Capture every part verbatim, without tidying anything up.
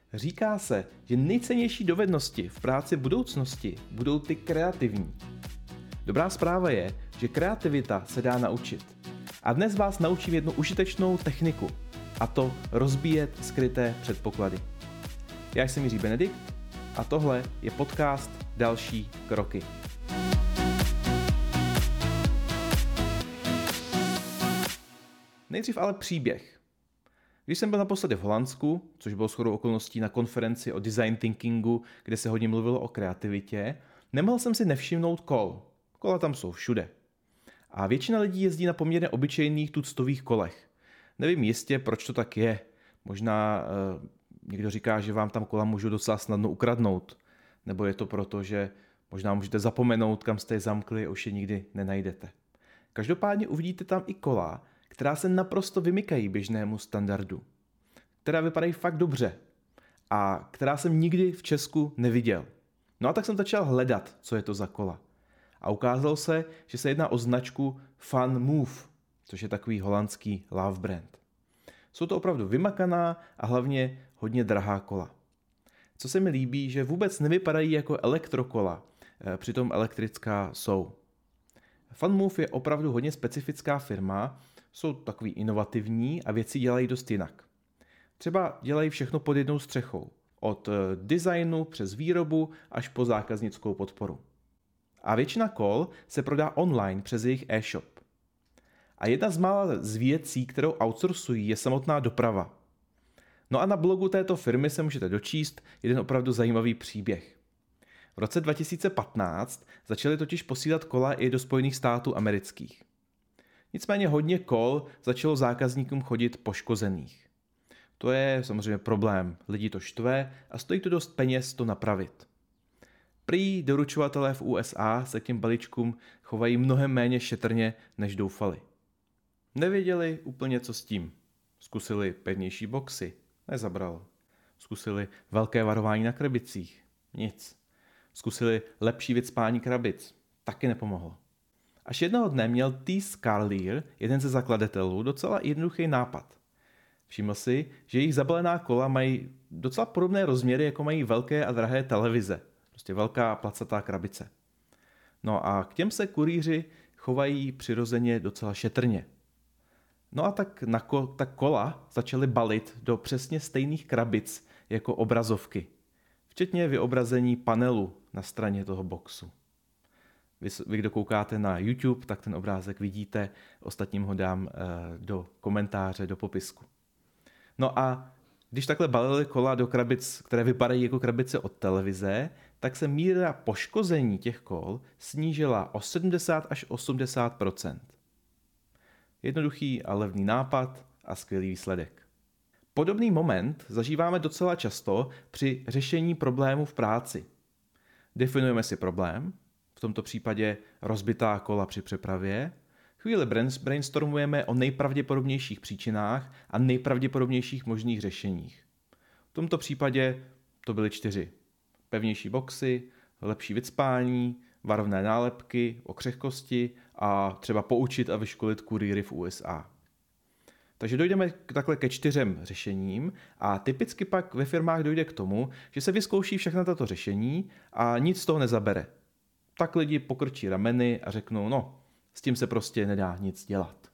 Říká se, že nejcennější dovednosti v práci budoucnosti budou ty kreativní. Dobrá zpráva je, že kreativita se dá naučit. A dnes vás naučím jednu užitečnou techniku, a to rozbíjet skryté předpoklady. Já jsem Jiří Benedikt a tohle je podcast Další kroky. Nejdřív ale příběh. Když jsem byl naposledy v Holandsku, což bylo shodou okolností na konferenci o design thinkingu, kde se hodně mluvilo o kreativitě, nemohl jsem si nevšimnout kol. Kola tam jsou všude. A většina lidí jezdí na poměrně obyčejných tuctových kolech. Nevím jistě, proč to tak je. Možná eh, někdo říká, že vám tam kola můžou docela snadno ukradnout. Nebo je to proto, že možná můžete zapomenout, kam jste je zamkli a už je nikdy nenajdete. Každopádně uvidíte tam i kola, která se naprosto vymykají běžnému standardu. Která vypadají fakt dobře a která jsem nikdy v Česku neviděl. No a tak jsem začal hledat, co je to za kola. A ukázalo se, že se jedná o značku Fun Move, což je takový holandský love brand. Jsou to opravdu vymakaná a hlavně hodně drahá kola. Co se mi líbí, že vůbec nevypadají jako elektrokola, přitom elektrická jsou. Fun Move je opravdu hodně specifická firma, jsou takový inovativní a věci dělají dost jinak. Třeba dělají všechno pod jednou střechou, od designu přes výrobu až po zákaznickou podporu. A většina kol se prodá online přes jejich e-shop. A jedna z mála z věcí, kterou outsourcují, je samotná doprava. No a na blogu této firmy se můžete dočíst jeden opravdu zajímavý příběh. V roce dva tisíce patnáct začali totiž posílat kola i do Spojených států amerických. Nicméně hodně kol začalo zákazníkům chodit poškozených. To je samozřejmě problém, lidi to štve a stojí to dost peněz to napravit. Prý doručovatelé v U S A se k těm balíčkům chovají mnohem méně šetrně, než doufali. Nevěděli úplně co s tím. Zkusili pevnější boxy, nezabralo. Zkusili velké varování na krabicích, nic. Zkusili lepší vycpání krabic, taky nepomohlo. Až jednoho dne měl T. Scarlier, jeden ze zakladatelů, docela jednoduchý nápad. Všiml si, že jejich zabalená kola mají docela podobné rozměry, jako mají velké a drahé televize. Prostě velká placatá krabice. No a k těm se kurýři chovají přirozeně docela šetrně. No a tak, na ko- tak kola začaly balit do přesně stejných krabic jako obrazovky. Včetně vyobrazení panelu na straně toho boxu. Vy, vy, kdo koukáte na YouTube, tak ten obrázek vidíte, ostatním ho dám e, do komentáře, do popisku. No a když takhle balili kola do krabic, které vypadají jako krabice od televize, tak se míra poškození těch kol snížila o sedmdesát až osmdesát procent. Jednoduchý a levný nápad a skvělý výsledek. Podobný moment zažíváme docela často při řešení problémů v práci. Definujeme si problém, v tomto případě rozbitá kola při přepravě, chvíli brainstormujeme o nejpravděpodobnějších příčinách a nejpravděpodobnějších možných řešeních. V tomto případě to byly čtyři. Pevnější boxy, lepší vycpání, varovné nálepky o křehkosti a třeba poučit a vyškolit kurýry v U S A. Takže dojdeme takhle ke čtyřem řešením a typicky pak ve firmách dojde k tomu, že se vyzkouší všechna tato řešení a nic z toho nezabere. Tak lidi pokrčí rameny a řeknou, no, s tím se prostě nedá nic dělat.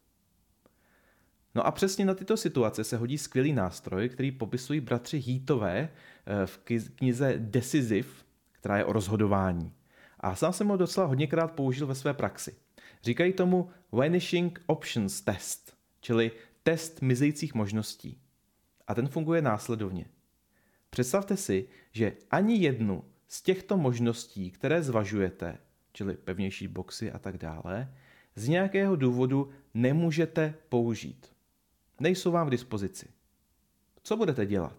No a přesně na tyto situace se hodí skvělý nástroj, který popisují bratři Heathové v knize Decisive, která je o rozhodování. A sám jsem ho docela hodněkrát použil ve své praxi. Říkají tomu Vanishing Options Test, čili test mizejících možností. A ten funguje následovně. Představte si, že ani jednu z těchto možností, které zvažujete, čili pevnější boxy a tak dále, z nějakého důvodu nemůžete použít. Nejsou vám k dispozici. Co budete dělat?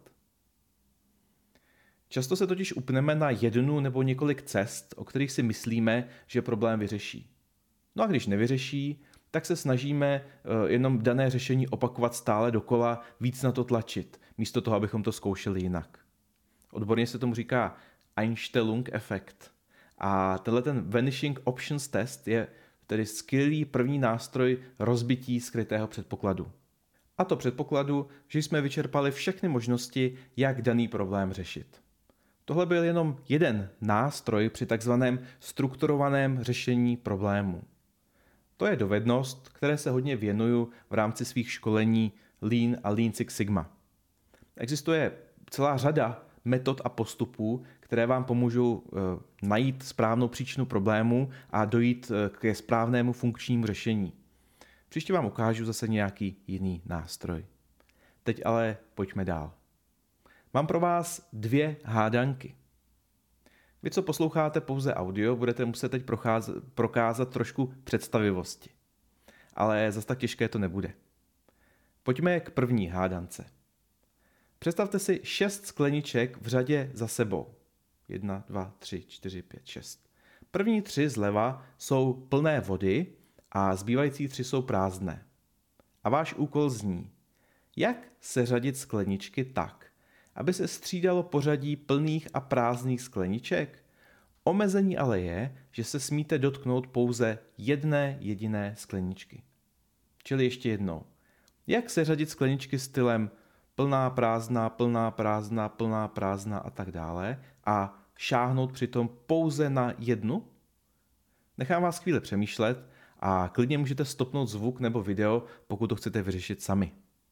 Často se totiž upneme na jednu nebo několik cest, o kterých si myslíme, že problém vyřeší. No a když nevyřeší, tak se snažíme jenom dané řešení opakovat stále dokola, víc na to tlačit, místo toho, abychom to zkoušeli jinak. Odborně se tomu říká Einstellung efekt. A tenhle ten Vanishing Options Test je tedy skvělý první nástroj rozbití skrytého předpokladu. A to předpokladu, že jsme vyčerpali všechny možnosti, jak daný problém řešit. Tohle byl jenom jeden nástroj při takzvaném strukturovaném řešení problému. To je dovednost, které se hodně věnuju v rámci svých školení Lean a Lean Six Sigma. Existuje celá řada metod a postupů, které vám pomůžou e, najít správnou příčinu problému a dojít e, ke správnému funkčnímu řešení. Příště vám ukážu zase nějaký jiný nástroj. Teď ale pojďme dál. Mám pro vás dvě hádanky. Vy, co posloucháte pouze audio, budete muset teď procházet, prokázat trošku představivosti. Ale zas tak těžké to nebude. Pojďme k první hádance. Představte si šest skleniček v řadě za sebou. Jedna, dva, tři, čtyři, pět, šest. První tři zleva jsou plné vody a zbývající tři jsou prázdné. A váš úkol zní, jak seřadit skleničky tak, aby se střídalo pořadí plných a prázdných skleniček? Omezení ale je, že se smíte dotknout pouze jedné jediné skleničky. Čili ještě jednou. Jak seřadit skleničky stylem plná, prázdná, plná, prázdná, plná, prázdná a tak dále a šáhnout přitom pouze na jednu? Nechám vás chvíli přemýšlet a klidně můžete stopnout zvuk nebo video, pokud to chcete vyřešit sami.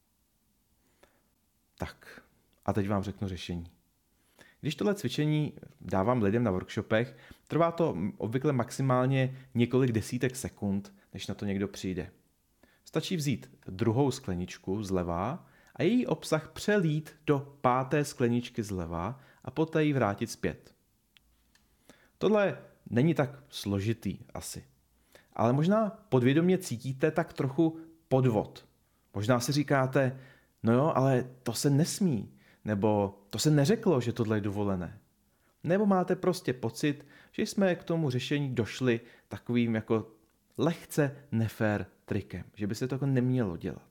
Tak, a teď vám řeknu řešení. Když tohle cvičení dávám lidem na workshopech, trvá to obvykle maximálně několik desítek sekund, než na to někdo přijde. Stačí vzít druhou skleničku zleva a její obsah přelít do páté skleničky zleva a poté ji vrátit zpět. Tohle není tak složitý asi, ale možná podvědomě cítíte tak trochu podvod. Možná si říkáte, no jo, ale to se nesmí, nebo to se neřeklo, že tohle je dovolené. Nebo máte prostě pocit, že jsme k tomu řešení došli takovým jako lehce nefér trikem, že by se to jako nemělo dělat.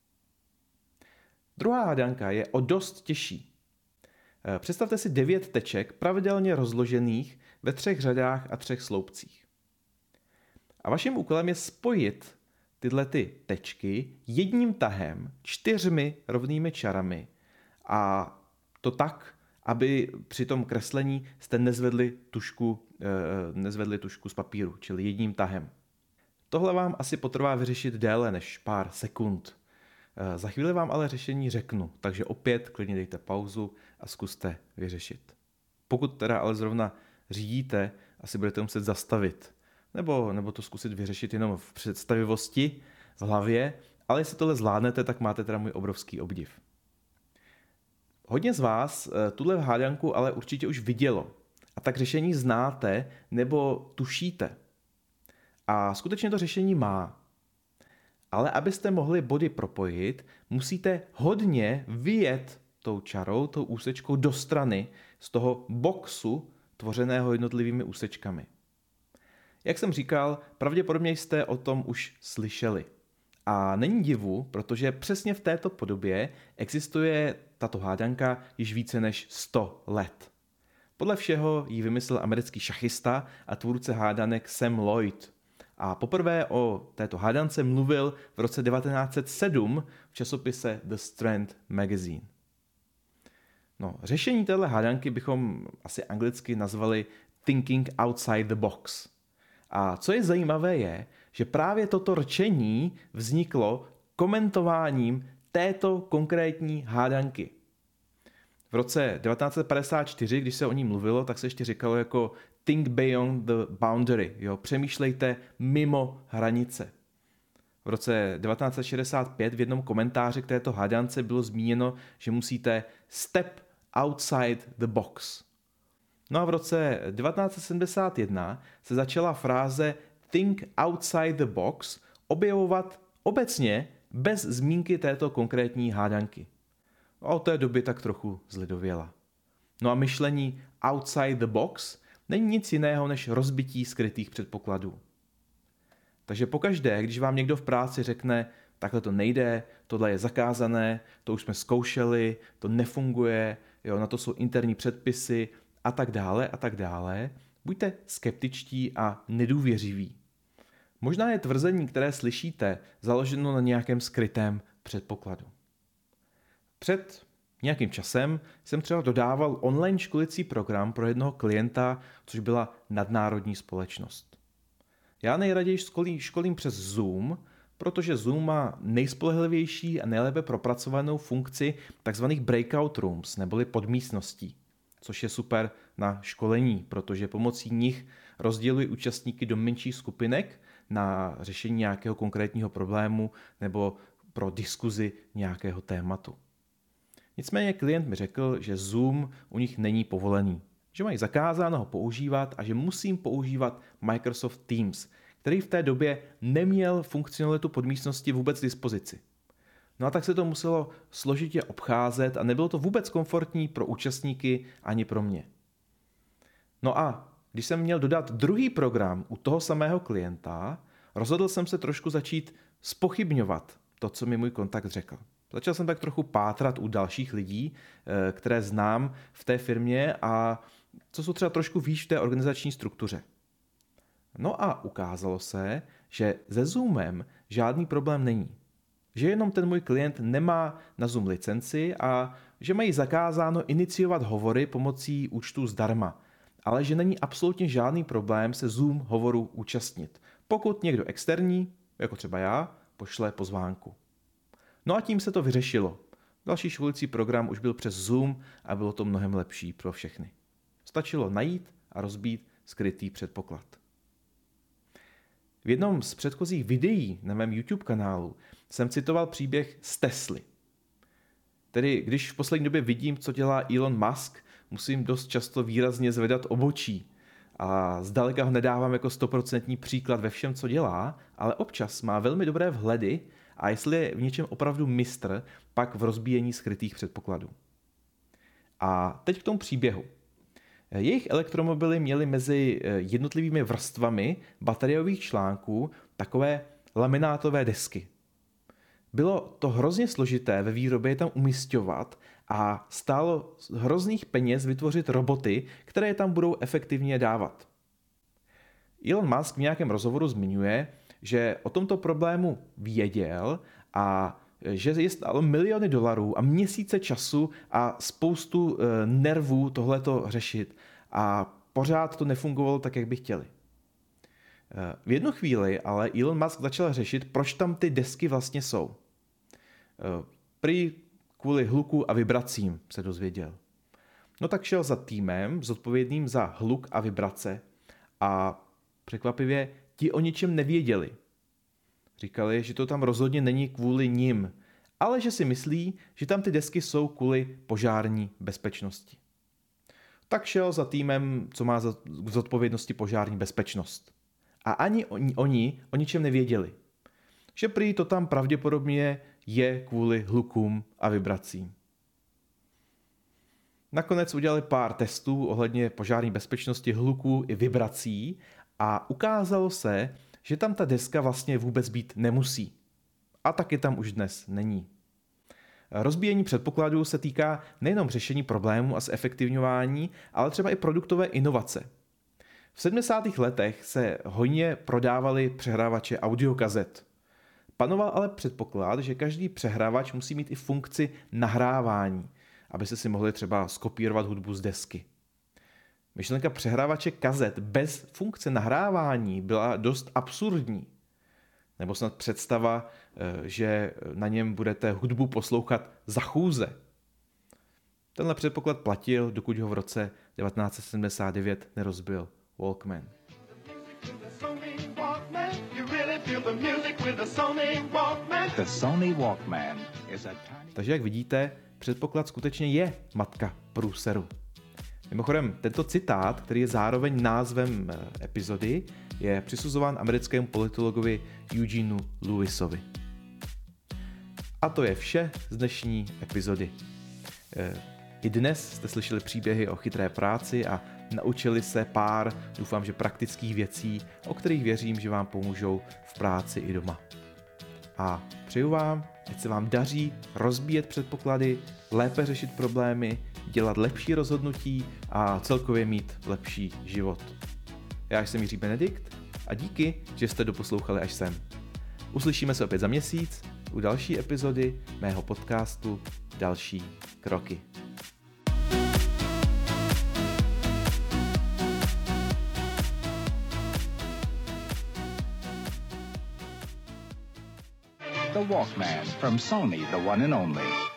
Druhá hádanka je o dost těžší. Představte si devět teček pravidelně rozložených ve třech řadách a třech sloupcích. A vaším úkolem je spojit tyhle ty tečky jedním tahem, čtyřmi rovnými čarami a to tak, aby při tom kreslení jste nezvedli tušku, nezvedli tušku z papíru, čili jedním tahem. Tohle vám asi potrvá vyřešit déle než pár sekund. Za chvíli vám ale řešení řeknu, takže opět klidně dejte pauzu a zkuste vyřešit. Pokud teda ale zrovna řídíte, asi budete muset zastavit, nebo, nebo to zkusit vyřešit jenom v představivosti, v hlavě, ale jestli tohle zvládnete, tak máte teda můj obrovský obdiv. Hodně z vás tuhle hádanku ale určitě už vidělo a tak řešení znáte nebo tušíte. A skutečně to řešení má. Ale abyste mohli body propojit, musíte hodně vyjet tou čarou, tou úsečkou do strany z toho boxu tvořeného jednotlivými úsečkami. Jak jsem říkal, pravděpodobně jste o tom už slyšeli. A není divu, protože přesně v této podobě existuje tato hádanka již více než sto let. Podle všeho ji vymyslel americký šachista a tvůrce hádanek Sam Loyd. A poprvé o této hádance mluvil v roce devatenáct set sedm v časopise The Strand Magazine. No, řešení téhle hádanky bychom asi anglicky nazvali thinking outside the box. A co je zajímavé je, že právě toto rčení vzniklo komentováním této konkrétní hádanky. V roce devatenáct set padesát čtyři, když se o ní mluvilo, tak se ještě říkalo jako think beyond the boundary, jo, přemýšlejte mimo hranice. V roce devatenáct set šedesát pět v jednom komentáři k této hádance bylo zmíněno, že musíte step outside the box. No a v roce devatenáct set sedmdesát jedna se začala fráze think outside the box objevovat obecně bez zmínky této konkrétní hádanky. A od té doby tak trochu zlidověla. No a myšlení outside the box není nic jiného než rozbití skrytých předpokladů. Takže pokaždé, když vám někdo v práci řekne, takhle to nejde, tohle je zakázané, to už jsme zkoušeli, to nefunguje, jo, na to jsou interní předpisy a tak dále a tak dále, buďte skeptičtí a nedůvěřiví. Možná je tvrzení, které slyšíte, založeno na nějakém skrytém předpokladu. Před nějakým časem jsem třeba dodával online školicí program pro jednoho klienta, což byla nadnárodní společnost. Já nejraději školím, školím přes Zoom, protože Zoom má nejspolehlivější a nejlépe propracovanou funkci tzv. Breakout rooms, neboli podmístností, což je super na školení, protože pomocí nich rozděluji účastníky do menších skupinek na řešení nějakého konkrétního problému nebo pro diskuzi nějakého tématu. Nicméně klient mi řekl, že Zoom u nich není povolený, že mají zakázáno ho používat a že musím používat Microsoft Teams, který v té době neměl funkcionalitu podmístnosti vůbec k dispozici. No a tak se to muselo složitě obcházet a nebylo to vůbec komfortní pro účastníky ani pro mě. No a když jsem měl dodat druhý program u toho samého klienta, rozhodl jsem se trošku začít zpochybňovat to, co mi můj kontakt řekl. Začal jsem tak trochu pátrat u dalších lidí, které znám v té firmě a co jsou třeba trošku výš v té organizační struktuře. No a ukázalo se, že se Zoomem žádný problém není. Že jenom ten můj klient nemá na Zoom licenci a že mají zakázáno iniciovat hovory pomocí účtu zdarma, ale že není absolutně žádný problém se Zoom hovoru účastnit, pokud někdo externí, jako třeba já, pošle pozvánku. No a tím se to vyřešilo. Další školicí program už byl přes Zoom a bylo to mnohem lepší pro všechny. Stačilo najít a rozbít skrytý předpoklad. V jednom z předchozích videí na mém YouTube kanálu jsem citoval příběh z Tesly. Tedy když v poslední době vidím, co dělá Elon Musk, musím dost často výrazně zvedat obočí. A zdaleka ho nedávám jako stoprocentní příklad ve všem, co dělá, ale občas má velmi dobré vhledy a jestli je v něčem opravdu mistr, pak v rozbíjení skrytých předpokladů. A teď k tomu příběhu. Jejich elektromobily měly mezi jednotlivými vrstvami bateriových článků takové laminátové desky. Bylo to hrozně složité ve výrobě je tam umisťovat a stálo hrozných peněz vytvořit roboty, které je tam budou efektivně dávat. Elon Musk v nějakém rozhovoru zmiňuje, že o tomto problému věděl a že je stálo miliony dolarů a měsíce času a spoustu e, nervů tohleto řešit a pořád to nefungovalo tak, jak by chtěli. E, v jednu chvíli ale Elon Musk začal řešit, proč tam ty desky vlastně jsou. E, prý kvůli hluku a vibracím se dozvěděl. No tak šel za týmem zodpovědným za hluk a vibrace a překvapivě ti o ničem nevěděli. Říkali, že to tam rozhodně není kvůli nim, ale že si myslí, že tam ty desky jsou kvůli požární bezpečnosti. Tak šel za týmem, co má za zodpovědnosti požární bezpečnost. A ani oni, oni o ničem nevěděli. Že prý to tam pravděpodobně je kvůli hlukům a vibracím. Nakonec udělali pár testů ohledně požární bezpečnosti hluků i vibrací a ukázalo se, že tam ta deska vlastně vůbec být nemusí. A taky tam už dnes není. Rozbíjení předpokladů se týká nejenom řešení problémů a zefektivňování, ale třeba i produktové inovace. V sedmdesátých letech se hojně prodávaly přehrávače audiokazet. Panoval ale předpoklad, že každý přehrávač musí mít i funkci nahrávání, abyste si mohli třeba skopírovat hudbu z desky. Myšlenka přehrávače kazet bez funkce nahrávání byla dost absurdní. Nebo snad představa, že na něm budete hudbu poslouchat za chůze. Tenhle předpoklad platil, dokud ho v roce devatenáct set sedmdesát devět nerozbil Walkman. The Sony Walkman is a tiny... Takže jak vidíte, předpoklad skutečně je matka průseru. Mimochodem, tento citát, který je zároveň názvem epizody, je přisuzován americkému politologovi Eugeneu Lewisovi. A to je vše z dnešní epizody. I dnes jste slyšeli příběhy o chytré práci a naučili se pár, doufám, že praktických věcí, o kterých věřím, že vám pomůžou v práci i doma. A přeju vám, ať se vám daří rozbíjet předpoklady, lépe řešit problémy, dělat lepší rozhodnutí a celkově mít lepší život. Já jsem Jiří Benedikt a díky, že jste doposlouchali až sem. Uslyšíme se opět za měsíc u další epizody mého podcastu Další kroky. The Walkman from Sony, the one and only.